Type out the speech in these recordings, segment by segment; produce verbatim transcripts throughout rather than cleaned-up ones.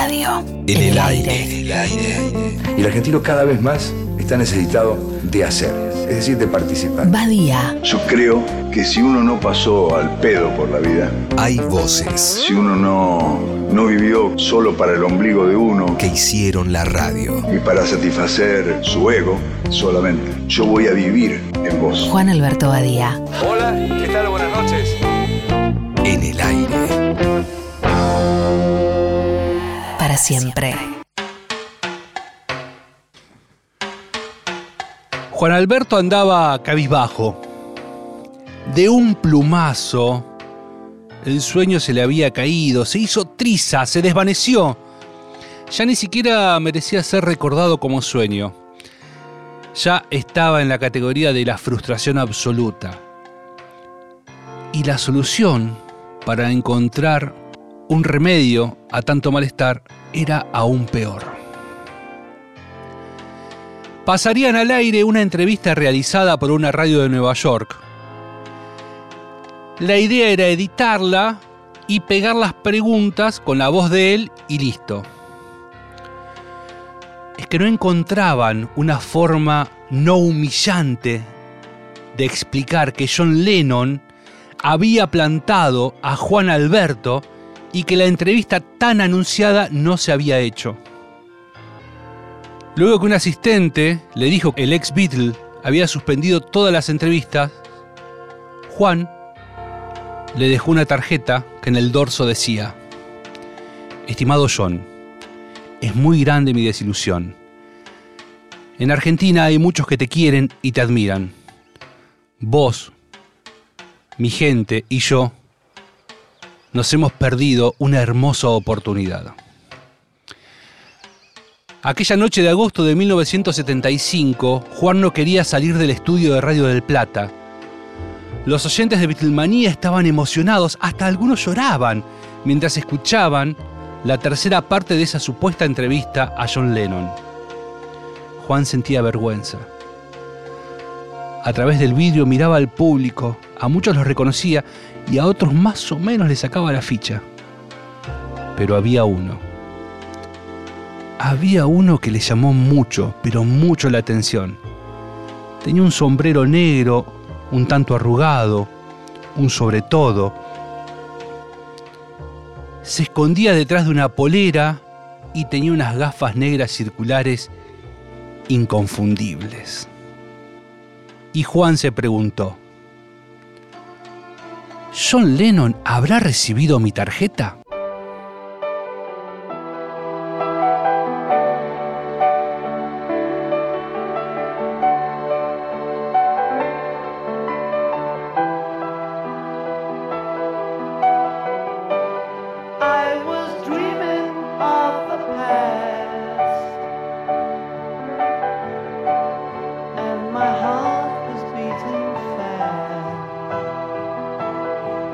radio. En el aire. En el aire. Y el argentino cada vez más está necesitado de hacer, es decir, de participar. Badía. Yo creo que si uno no pasó al pedo por la vida, Hay voces si uno no, no vivió solo para el ombligo de uno que hicieron la radio. y para satisfacer su ego solamente, yo voy a vivir en vos. Juan Alberto Badía. Hola, ¿qué tal? Buenas noches. En el aire. Para siempre. Juan Alberto andaba cabizbajo. De un plumazo, el sueño se le había caído, se hizo triza, se desvaneció. Ya ni siquiera merecía ser recordado como sueño. Ya estaba en la categoría de la frustración absoluta. Y la solución para encontrar un remedio a tanto malestar era aún peor. Pasarían al aire una entrevista realizada por una radio de Nueva York. La idea era editarla y pegar las preguntas con la voz de él y listo. Es que no encontraban una forma no humillante de explicar que John Lennon había plantado a Juan Alberto y que la entrevista tan anunciada no se había hecho. Luego que un asistente le dijo que el ex Beatle había suspendido todas las entrevistas, Juan le dejó una tarjeta que en el dorso decía: estimado John, es muy grande mi desilusión. En Argentina hay muchos que te quieren y te admiran. Vos, mi gente y yo nos hemos perdido una hermosa oportunidad. Aquella noche de agosto de mil novecientos setenta y cinco, Juan no quería salir del estudio de Radio del Plata. Los oyentes de Beatlemanía estaban emocionados, hasta algunos lloraban, mientras escuchaban la tercera parte de esa supuesta entrevista a John Lennon. Juan sentía vergüenza. A través del vidrio miraba al público, a muchos los reconocía y a otros más o menos les sacaba la ficha. Pero había uno. Había uno que le llamó mucho, pero mucho la atención. Tenía un sombrero negro, un tanto arrugado, un sobretodo. Se escondía detrás de una polera y tenía unas gafas negras circulares inconfundibles. Y Juan se preguntó: ¿John Lennon habrá recibido mi tarjeta?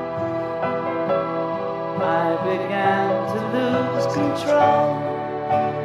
I began to lose control.